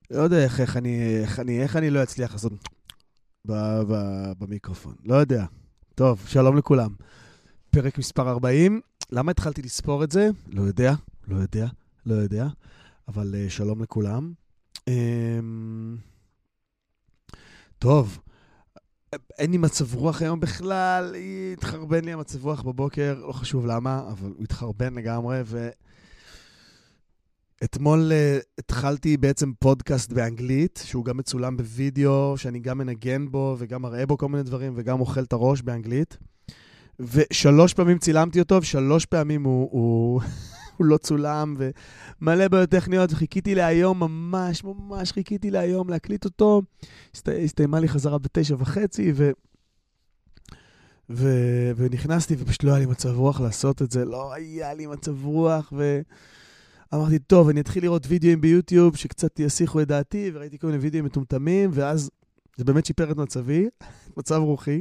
לא יודע איך אני לא אצליח לעשות במיקרופון. לא יודע. טוב, שלום לכולם. פרק מספר 40. למה התחלתי לספור את זה? לא יודע. אבל שלום לכולם. טוב, אין לי מצב רוח היום בכלל. התחרבן לי המצב רוח בבוקר, לא חשוב למה, אבל הוא התחרבן לגמרי, אתמול התחלתי בעצם פודקאסט באנגלית, שהוא גם מצולם בווידאו, שאני גם מנגן בו וגם מראה בו כל מיני דברים, וגם אוכל את הראש באנגלית. ו3 פעמים צילמתי אותו, ו3 פעמים הוא לא צולם, ומלא בעיות טכניות, וחיכיתי להיום, ממש חיכיתי להיום להקליט אותו. הסתיימה לי חזרה ב9:30, ונכנסתי, ופשוט לא היה לי מצב רוח לעשות את זה, לא היה לי מצב רוח, אמרתי, טוב, אני אתחיל לראות וידאוים ביוטיוב שקצת יסיחו את דעתי, וראיתי כל מיני וידאוים מטומטמים, ואז זה באמת שיפר את מצבי, מצב רוחי.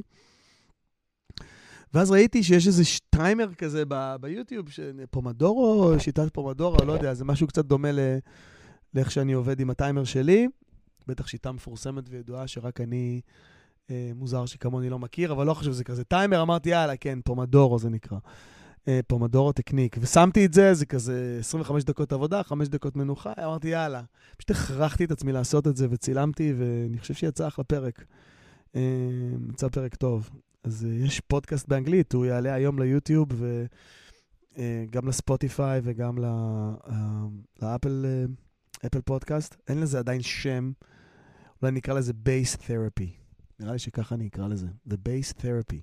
ואז ראיתי שיש איזה טיימר כזה ביוטיוב, פומדורו, שיטת פומדורו, לא יודע, זה משהו קצת דומה לאיך שאני עובד עם הטיימר שלי. בטח שיטה מפורסמת וידועה שרק אני מוזר שכמוני לא מכיר, אבל לא חושב שזה כזה טיימר. אמרתי, יאללה, כן, פומדורו זה נקרא. פומדורו טקניק, ושמתי את זה, זה כזה 25 דקות עבודה, 5 דקות מנוחה, אמרתי יאללה, פשוט הכרחתי את עצמי לעשות את זה, וצילמתי, ואני חושב שיצא אחלה פרק, יצא פרק טוב. אז יש פודקאסט באנגלית, הוא יעלה היום ליוטיוב, וגם לספוטיפיי, וגם לאפל פודקאסט, אין לזה עדיין שם, אולי נקרא לזה Bass Therapy, נראה לי שככה אני אקרא לזה, The Bass Therapy.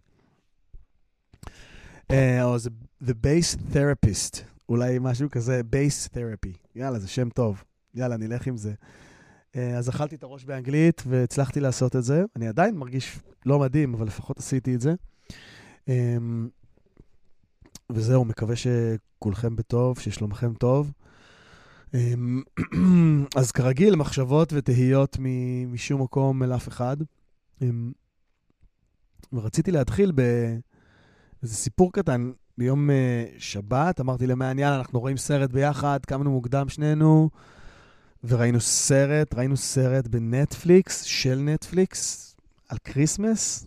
או זה The Bass Therapist, אולי משהו כזה, Bass Therapy. יאללה, זה שם טוב. יאללה, נלך עם זה. אז אכלתי את הראש באנגלית, והצלחתי לעשות את זה. אני עדיין מרגיש לא מדהים, אבל לפחות עשיתי את זה. וזהו, מקווה שכולכם בטוב, ששלומכם טוב. אז כרגיל, מחשבות ותהיות משום מקום אל אף אחד. ורציתי להתחיל איזה סיפור קטן, ביום שבת, אמרתי למען, יאללה, אנחנו רואים סרט ביחד, קמנו מוקדם שנינו, וראינו סרט בנטפליקס, של נטפליקס, על קריסמס,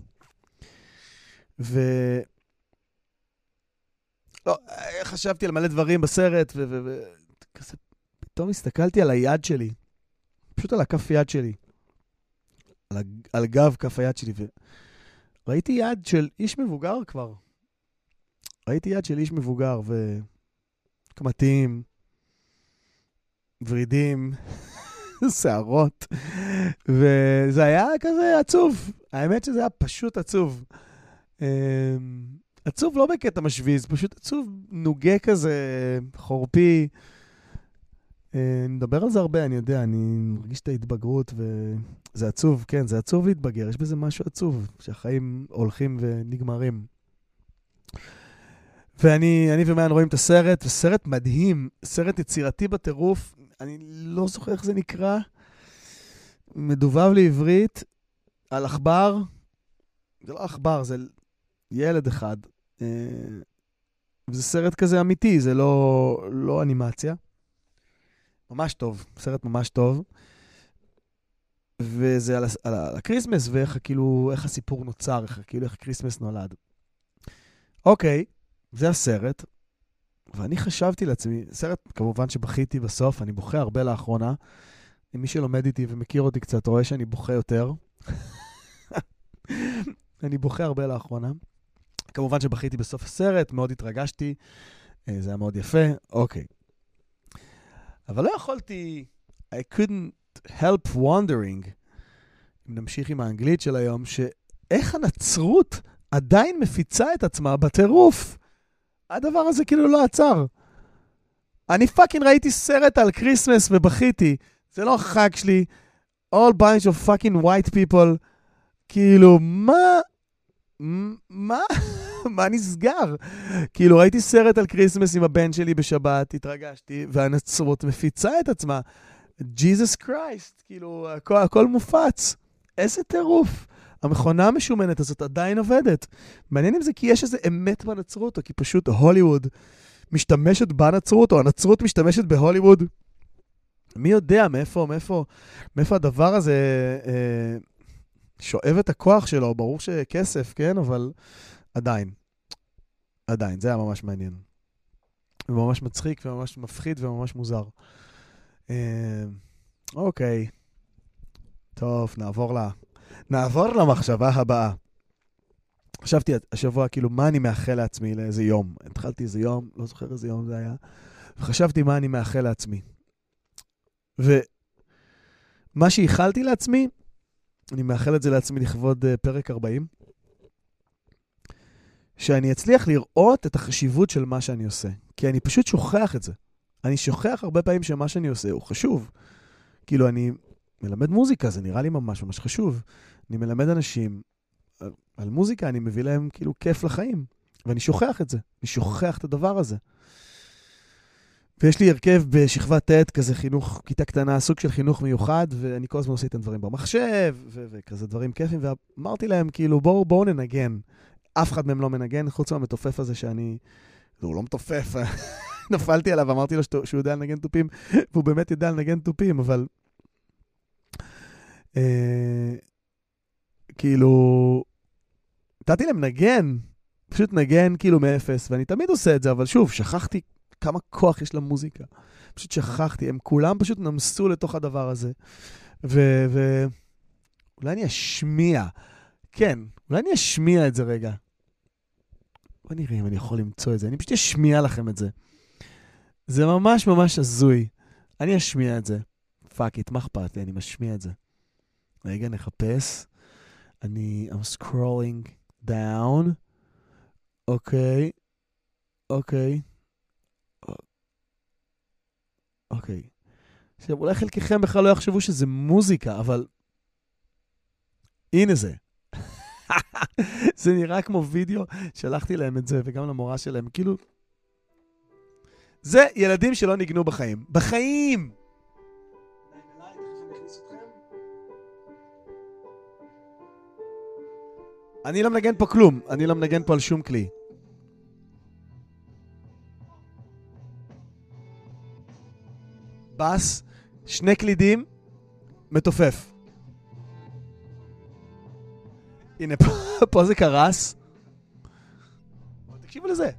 לא, חשבתי על מלא דברים בסרט, וכזה, פתאום הסתכלתי על היד שלי, פשוט על הכף יד שלי, על גב כף היד שלי, וראיתי יד של איש מבוגר כבר, ראיתי יד של איש מבוגר, וקמטים, ורידים, שערות, וזה היה כזה עצוב. האמת שזה היה פשוט עצוב. עצוב לא בקטע משוויז, פשוט עצוב נוגה כזה, חורפי. נדבר על זה הרבה, אני יודע, אני מרגיש את ההתבגרות, וזה עצוב, כן, זה עצוב להתבגר, יש בזה משהו עצוב, שהחיים הולכים ונגמרים. ואני ומען רואים את הסרט, וסרט מדהים, סרט יצירתי בטירוף, אני לא זוכר איך זה נקרא, מדובב לעברית, על עכבר, זה לא עכבר, זה ילד אחד, וזה סרט כזה אמיתי, זה לא אנימציה, ממש טוב, סרט ממש טוב, וזה על הקריסמס, ואיך כאילו, איך הסיפור נוצר, איך הקריסמס נולד. אוקיי, זה הסרט, ואני חשבתי לעצמי, סרט כמובן שבכיתי בסוף, אני בוכה הרבה לאחרונה, מי שלומד איתי ומכיר אותי קצת רואה שאני בוכה יותר, אני בוכה הרבה לאחרונה, כמובן שבכיתי בסוף הסרט, מאוד התרגשתי, זה היה מאוד יפה, אוקיי. אבל לא יכולתי, I couldn't help wondering, אם נמשיך עם האנגלית של היום, שאיך הנצרות עדיין מפיצה את עצמה בטירוף. הדבר הזה כאילו לא עצר. אני פאקינג ראיתי סרט על קריסמס ובכיתי. זה לא החג שלי. All bunch of fucking white people. כאילו, מה נסגר? כאילו, ראיתי סרט על קריסמס עם הבן שלי בשבת, התרגשתי, והנצרות מפיצה את עצמה. Jesus Christ, כאילו, הכל מופץ. איזה טירוף. המכונה המשומנת הזאת עדיין עובדת. מעניין אם זה כי יש איזה אמת בנצרות, או כי פשוט הוליווד משתמשת בנצרות, או הנצרות משתמשת בהוליווד, מי יודע מאיפה הדבר הזה שואב את הכוח שלו, ברור שכסף, כן, אבל עדיין, זה היה ממש מעניין. וממש מצחיק, וממש מפחיד, וממש מוזר. אוקיי. טוב, נעבור למחשבה הבאה. חשבתי השבוע, כאילו, מה אני מאחל לעצמי לאיזה יום. התחלתי איזה יום, לא זוכר איזה יום זה היה, וחשבתי מה אני מאחל לעצמי. ומה שאיחלתי לעצמי, אני מאחל את זה לעצמי לכבוד פרק 40, שאני אצליח לראות את החשיבות של מה שאני עושה. כי אני פשוט שוכח את זה. אני שוכח הרבה פעמים שמה שאני עושה הוא חשוב. כאילו, אני מלמד מוזיקה, זה נראה לי ממש ממש חשוב. אני מלמד אנשים על מוזיקה, אני מביא להם כאילו כיף לחיים. ואני שוכח את זה. אני שוכח את הדבר הזה. ויש לי הרכב בשכבת ט' כזה חינוך, כיתה קטנה, סוג של חינוך מיוחד, ואני כל הזמן עושה איתם דברים במחשב, וכזה דברים כיפים, ואמרתי להם, כאילו, בואו ננגן. אף אחד מהם לא מנגן, חוץ מהמתופף הזה שאני... הוא לא מתופף, נפלתי עליו, אמרתי לו שהוא יודע לנגן טופים, והוא באמת יודע לנגן טופים, אבל... כאילו... נתתי להם נגן, פשוט נגן כאילו מאפס, ואני תמיד עושה את זה, אבל שוב, שכחתי כמה כוח יש למוזיקה. פשוט שכחתי, הם כולם פשוט נמסו לתוך הדבר הזה. אולי אני אשמיע, כן, אולי אני אשמיע את זה רגע. בוא נראה אם אני יכול למצוא את זה, אני פשוט אשמיע לכם את זה. זה ממש ממש הזוי. אני אשמיע את זה. פאק איט, מה אכפת לי? אני משמיע את זה. רגע, נחפש. I'm scrolling down. אוקיי. עכשיו, אולי חלקכם בכלל לא יחשבו שזה מוזיקה, אבל... הנה זה. זה נראה כמו וידאו, שלחתי להם את זה, וגם למורה שלהם, כאילו... זה ילדים שלא ניגנו בחיים. בחיים! אני לא מנגן פה כלום, אני לא מנגן פה על שום כלי. בס, 2 קלידים, מתופף. הנה, פה זה קרס. תקשיבו לזה.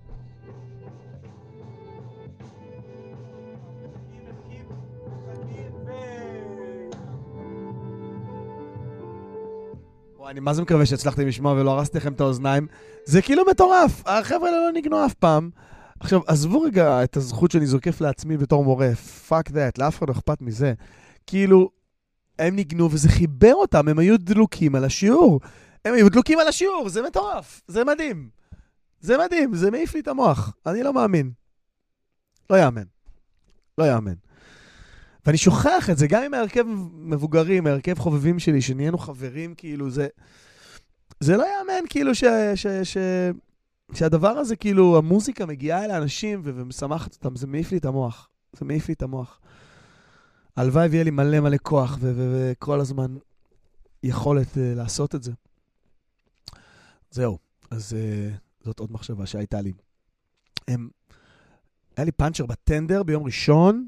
אני מה זה מקווה שהצלחתם לשמוע ולא הרסתי לכם את האוזניים. זה כאילו מטורף. החבר'ה לא ניגנו אף פעם. עכשיו, עזבו רגע את הזכות שאני זוקף לעצמי בתור מורה. fuck that, לאף אחד לא אכפת מזה. כאילו, הם ניגנו וזה חיבר אותם, הם היו דלוקים על השיעור. זה מטורף, זה מדהים. זה מעיף לי את המוח. אני לא מאמין. לא יאמן. ואני שוכח את זה, גם עם ההרכב מבוגרים, ההרכב חובבים שלי, שנהיינו חברים, כאילו, זה לא יאמן, כאילו, שהדבר הזה, כאילו, המוזיקה מגיעה אל האנשים ומשמחת אותם, זה מעיף לי את המוח. הלוואי ויהיה לי מלא כוח, וכל הזמן יכולת לעשות את זה. זהו, אז זאת עוד מחשבה שהייתה לי. היה לי פאנצ'ר בטנדר ביום ראשון,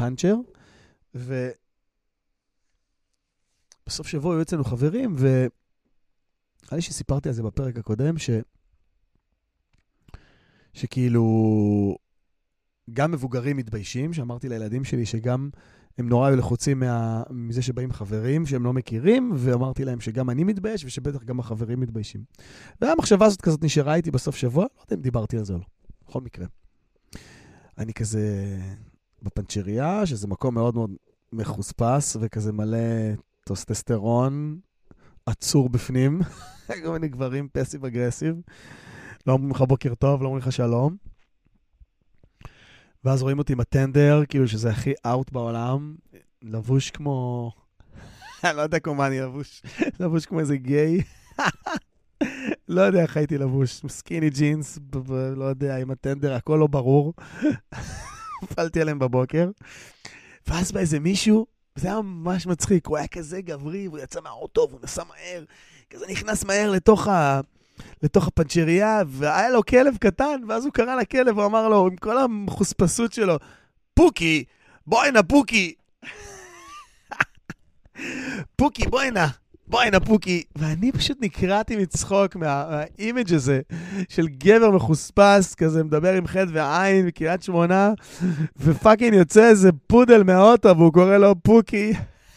ובסוף שבוע היו אצלנו חברים, והיה לי שסיפרתי על זה בפרק הקודם, שכאילו גם מבוגרים מתביישים, שאמרתי לילדים שלי שגם הם נורא היו לחוצים מזה שבאים חברים שהם לא מכירים, ואמרתי להם שגם אני מתבייש, ושבטח גם החברים מתביישים. והמחשבה הזאת כזאת נשארה איתי בסוף שבוע, לא יודע אם דיברתי על זה או לא, בכל מקרה. אני כזה בפנצ'ריה, שזה מקום מאוד מאוד מחוספס, וכזה מלא טוסטסטרון, עצור בפנים, גם אני גברים פסיב אגרסיב, לא אומרים לך בוקר טוב, לא אומרים לך שלום. ואז רואים אותי עם הטנדר, כאילו שזה הכי אאוט בעולם, לבוש כמו... אני לא יודע כמו מה אני לבוש כמו איזה גיי. לא יודע איך הייתי לבוש, סקיני ג'ינס, לא יודע, עם הטנדר, הכל לא ברור. נפלתי עליהם בבוקר. ואז בא איזה מישהו, זה היה ממש מצחיק, הוא היה כזה גברי, והוא יצא מהאוטו, והוא נסע מהר, כזה נכנס מהר לתוך הפנצ'ריה, והיה לו כלב קטן, ואז הוא קרא לכלב, הוא אמר לו, עם כל המחוספסות שלו, פוקי, בוא הנה פוקי, פוקי, בואי הנה פוקי. ואני פשוט נקרעתי מצחוק מהאימג' הזה של גבר מחוספס, כזה מדבר עם חד ועין בקריית שמונה, ופאקינג יוצא איזה פודל מהאוטו, והוא קורא לו פוקי.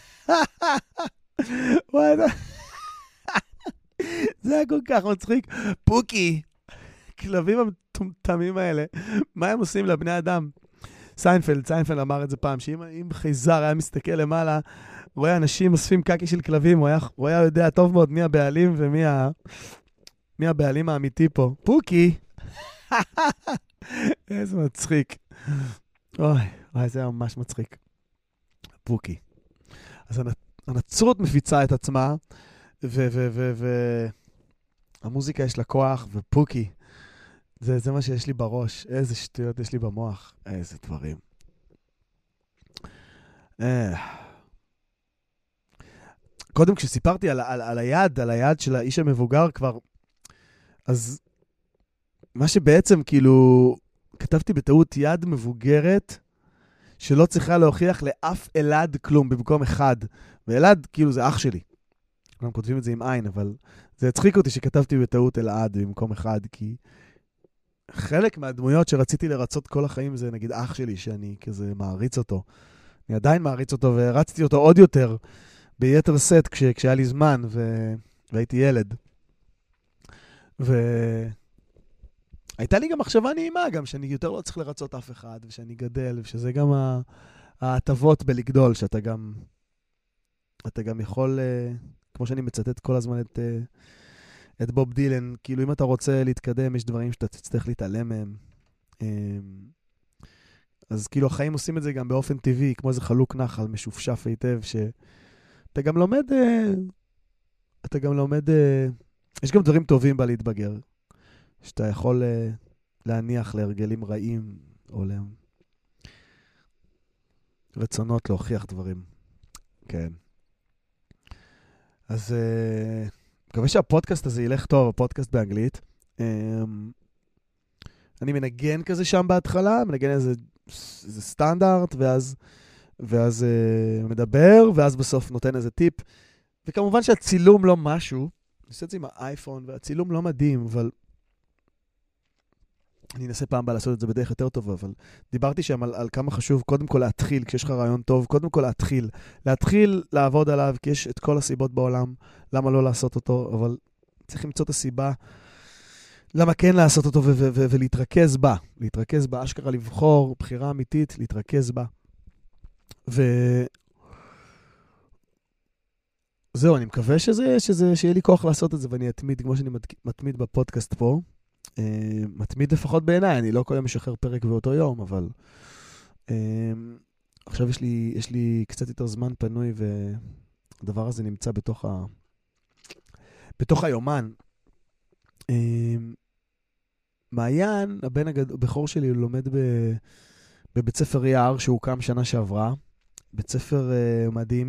זה היה כל כך מצחיק. פוקי. כלבים המטומטמים האלה, מה הם עושים לבני אדם? סיינפלד אמר את זה פעם, שאם חייזר היה מסתכל למעלה, רואה אנשים אוספים קקי של כלבים, הוא היה יודע טוב מאוד מי הבעלים מי הבעלים האמיתי פה. פוקי! איזה מצחיק. אוי, זה היה ממש מצחיק. פוקי. אז הנצרות מפיצה את עצמה, המוזיקה יש לה כוח, ופוקי. זה מה שיש לי בראש. איזה שטויות יש לי במוח. איזה דברים. קודם כשסיפרתי על היד של האיש המבוגר כבר, אז מה שבעצם כאילו, כתבתי בטעות יד מבוגרת, שלא צריכה להוכיח לאף אלעד כלום, במקום אחד. ואלעד כאילו זה אח שלי. אנחנו כותבים את זה עם עין, אבל זה הצחיק אותי שכתבתי בטעות אלעד במקום אחד, כי חלק מהדמויות שרציתי לרצות כל החיים זה נגיד אח שלי, שאני כזה מעריץ אותו. אני עדיין מעריץ אותו, ורצתי אותו עוד יותר ביתר סט כשהיה לי זמן והייתי ילד. והייתה לי גם מחשבה נעימה, גם שאני יותר לא צריך לרצות אף אחד, ושאני גדל, ושזה גם ההטבות בלגדול, שאתה גם יכול, כמו שאני מצטט כל הזמן את בוב דילן, כאילו אם אתה רוצה להתקדם, יש דברים שאתה תצטרך להתעלם מהם. אז כאילו החיים עושים את זה גם באופן טבעי, כמו איזה חלוק נחל משופשף היטב, שאתה גם לומד, יש גם דברים טובים בה להתבגר, שאתה יכול להניח להרגלים רעים, או רצונות להוכיח דברים. כן. אז מקווה שהפודקאסט הזה ילך טוב, הפודקאסט באנגלית. אני מנגן כזה שם בהתחלה, מנגן איזה סטנדרט, ואז מדבר, ואז בסוף נותן איזה טיפ. וכמובן שהצילום לא משהו, אני עושה את זה עם האייפון, והצילום לא מדהים, אבל אני אנסה פעם בה לעשות את זה בדרך יותר טובה, אבל דיברתי שם על כמה חשוב קודם כל להתחיל, כשיש לך רעיון טוב, קודם כל להתחיל לעבוד עליו, כי יש את כל הסיבות בעולם, למה לא לעשות אותו, אבל צריך למצוא את הסיבה, למה כן לעשות אותו ולהתרכז בה, אשכרה לבחור, בחירה אמיתית, להתרכז בה. זהו, אני מקווה שיהיה לי כוח לעשות את זה, ואני אתמיד, כמו שאני מתמיד בפודקאסט פה, מתמיד לפחות בעיניי, אני לא כל יום משחרר פרק באותו יום, אבל עכשיו יש לי קצת יותר זמן פנוי, והדבר הזה נמצא בתוך היומן. מעיין, הבן הבכור שלי, הוא לומד בבית ספר יער, שהוקם שנה שעברה, בית ספר מדהים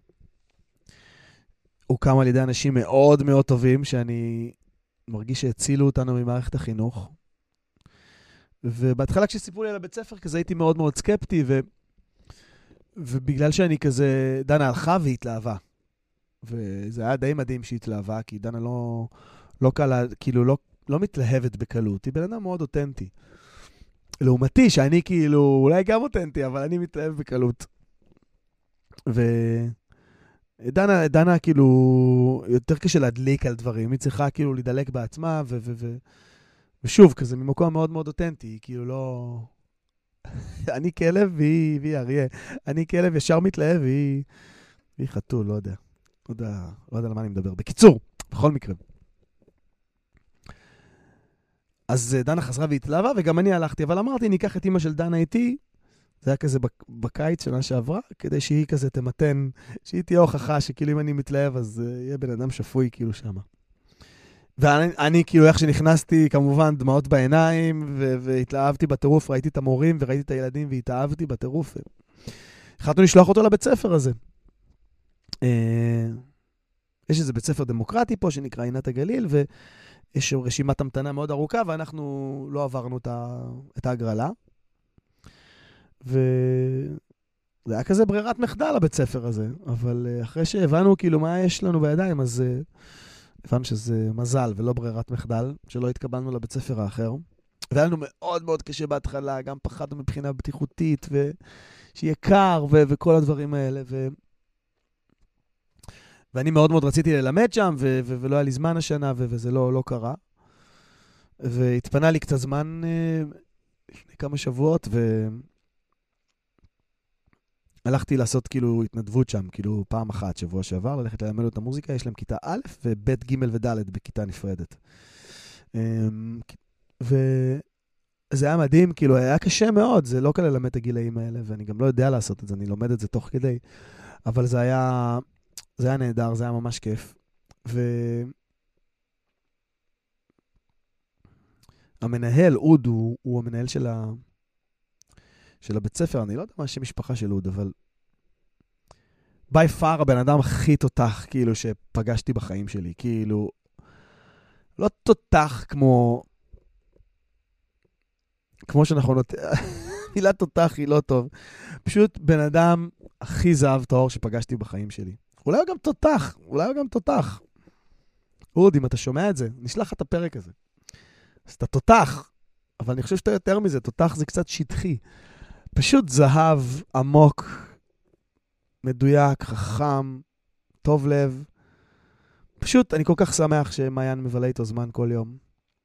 שהוקם על ידי אנשים מאוד מאוד טובים, שאני מרגיש שהצילו אותנו ממערכת החינוך. ובהתחלה כשסיפרו לי על הבית ספר, כזה הייתי מאוד מאוד סקפטי, ובגלל שאני כזה, דנה הלכה והתלהבה. וזה היה די מדהים שהתלהבה, כי דנה לא קלה, כאילו לא מתלהבת בקלות, היא בן אדם מאוד אותנטי. לעומתי, שאני כאילו, אולי גם אותנטי, אבל אני מתלהב בקלות. דנה כאילו, יותר קשה להדליק על דברים, היא צריכה כאילו לדלק בעצמה, ושוב, כזה ממקום מאוד מאוד אותנטי, כאילו לא... אני כלב והיא אריה. אני כלב ישר מתלהב והיא חתול, לא יודע על מה אני מדבר. בקיצור, בכל מקרה. אז דנה חזרה והתלהבה, וגם אני הלכתי, אבל אמרתי, ניקח את אמא של דנה איתי, זה היה כזה בקיץ שנה שעברה, כדי שהיא כזה תמתן, שהיא תהיה הוכחה שכאילו אם אני מתלהב, אז יהיה בן אדם שפוי כאילו שמה. ואני כאילו איך שנכנסתי, כמובן דמעות בעיניים, והתלהבתי בטירוף, ראיתי את המורים וראיתי את הילדים, והתאהבתי בטירוף. החלטנו לשלוח אותו לבית ספר הזה. יש איזה בית ספר דמוקרטי פה, שנקרא עינת הגליל, ויש רשימת המתנה מאוד ארוכה, ואנחנו לא עברנו את ההגרלה. זה היה כזה ברירת מחדל הבית ספר הזה, אבל אחרי שהבנו כאילו מה יש לנו בידיים, אז הבנו שזה מזל ולא ברירת מחדל, שלא התקבלנו לבית ספר האחר. והיה לנו מאוד מאוד קשה בהתחלה, גם פחדנו מבחינה בטיחותית, ושיהיה קר וכל הדברים האלה. ואני מאוד מאוד רציתי ללמד שם, ולא היה לי זמן השנה, וזה לא קרה. והתפנה לי קצת זמן לפני כמה שבועות, הלכתי לעשות כאילו התנדבות שם, כאילו פעם אחת, שבוע שעבר, ללכת ללמד את המוזיקה, יש להם כיתה א' וב' ג' וד' בכיתה נפרדת. וזה היה מדהים, כאילו היה קשה מאוד, זה לא קל ללמד את הגילאים האלה, ואני גם לא יודע לעשות את זה, אני לומד את זה תוך כדי, אבל זה היה נהדר, זה היה ממש כיף. והמנהל, אוד, הוא המנהל של הבית ספר, אני לא יודע מה השם משפחה של אוד, אבל by far הבן אדם הכי תותח, כאילו, שפגשתי בחיים שלי, כאילו, לא תותח כמו שאנחנו מילה תותח היא לא טוב, פשוט בן אדם הכי זהב טהור שפגשתי בחיים שלי. אולי הוא גם תותח, אוד, אם אתה שומע את זה, נשלח את הפרק הזה. אז אתה תותח, אבל אני חושב שאתה יותר מזה, תותח זה קצת שטחי. פשוט זהב עמוק, מדויק, חכם, טוב לב. פשוט אני כל כך שמח שמעיין מבלה איתו זמן כל יום.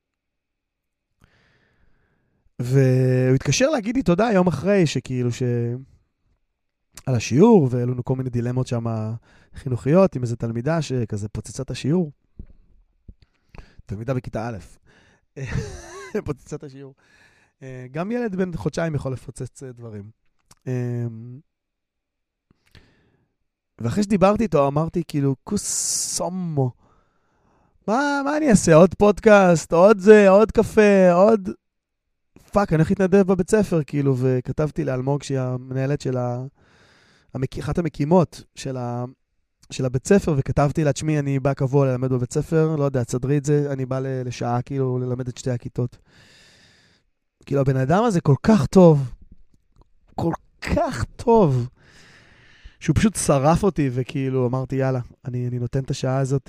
והוא התקשר להגיד לי תודה יום אחרי, שכאילו על השיעור, והיו לנו כל מיני דילמות שם חינוכיות, עם איזו תלמידה שכזה פוצצה את השיעור. תלמידה בכיתה א'. פוצצה את השיעור. גם ילד בן חודשיים יכול לפוצץ דברים. ואחרי שדיברתי איתו, אמרתי כאילו, קוסומו. מה אני אעשה? עוד פודקאסט, עוד זה, עוד קפה, עוד... פאק, אני הולך להתנדב בבית ספר, כאילו, וכתבתי לאלמוג שהיא המנהלת של אחת המקימות של הבית ספר, וכתבתי לה, תשמעי, אני בא קבוע ללמד בבית ספר, לא יודע, תסדרי את זה, אני בא לשעה, כאילו, ללמד את שתי הכיתות. כאילו, הבן אדם הזה כל כך טוב, שהוא פשוט שרף אותי, וכאילו, אמרתי, יאללה, אני נותן את השעה הזאת,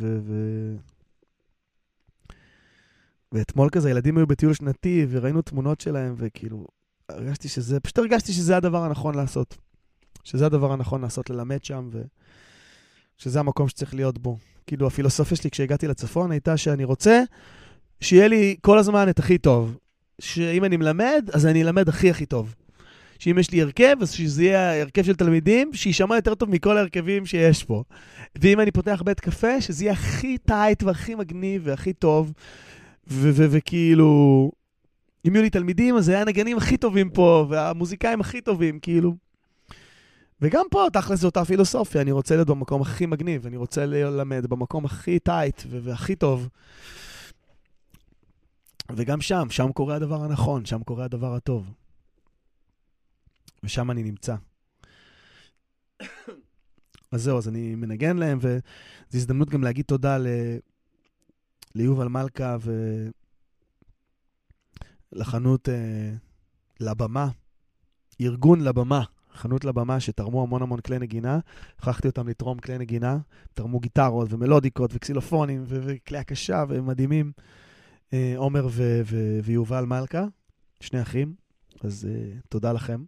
ואתמול כזה, ילדים היו בטיול שנתי, וראינו תמונות שלהם, וכאילו, פשוט הרגשתי שזה הדבר הנכון לעשות. שזה הדבר הנכון לעשות, ללמד שם, שזה המקום שצריך להיות בו. כאילו, הפילוסופיה שלי כשהגעתי לצפון הייתה שאני רוצה שיהיה לי כל הזמן את הכי טוב. שאם אני מלמד, אז אני אלמד הכי טוב. שאם יש לי הרכב, אז שזה יהיה הרכב של תלמידים, שישמע יותר טוב מכל ההרכבים שיש פה. ואם אני פותח בית קפה, שזה יהיה הכי טייט והכי מגניב והכי טוב. וכאילו, אם יהיו לי תלמידים, אז זה היה הנגנים הכי טובים פה, והמוזיקאים הכי טובים, כאילו. וגם פה, תכל'ס זו אותה פילוסופיה, אני רוצה להיות במקום הכי מגניב, אני רוצה ללמד במקום הכי טייט והכי טוב. וגם שם קורה הדבר הנכון, שם קורה הדבר הטוב. ושם אני נמצא. אז זהו, אז אני מנגן להם, וזו הזדמנות גם להגיד תודה ליובל מלכה ולחנות לבמה, ארגון לבמה, חנות לבמה שתרמו המון כלי נגינה, הכרחתי אותם לתרום כלי נגינה, תרמו גיטרות ומלודיקות וקסילופונים וכלי הקשה ומדהימים, עומר ויובל מלכה, שני אחים, אז תודה לכם.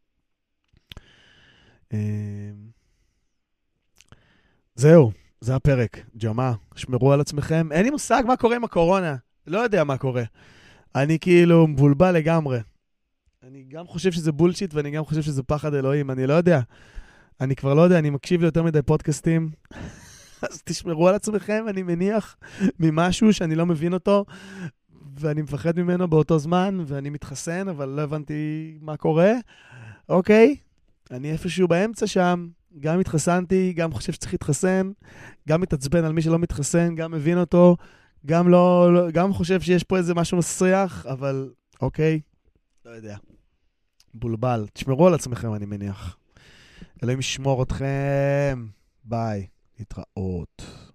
זהו, זה הפרק. ג'מה, שמרו על עצמכם. אין לי מושג מה קורה עם הקורונה. לא יודע מה קורה. אני כאילו מבולבל לגמרי. אני גם חושב שזה בולשיט, ואני גם חושב שזה פחד אלוהים. אני לא יודע. אני כבר לא יודע, אני מקשיב ליותר מדי פודקאסטים. אז תשמרו על עצמכם, אני מניח, ממשהו שאני לא מבין אותו, ואני מפחד ממנו באותו זמן, ואני מתחסן, אבל לא הבנתי מה קורה. אוקיי, אני איפשהו באמצע שם. גם התחסנתי, גם חושב שצריך להתחסן, גם מתעצבן על מי שלא מתחסן, גם מבין אותו, גם חושב שיש פה איזה משהו מסריח, אבל אוקיי, לא יודע. בולבל. תשמרו על עצמכם, אני מניח. אלוהים ישמור אתכם. ביי. להתראות.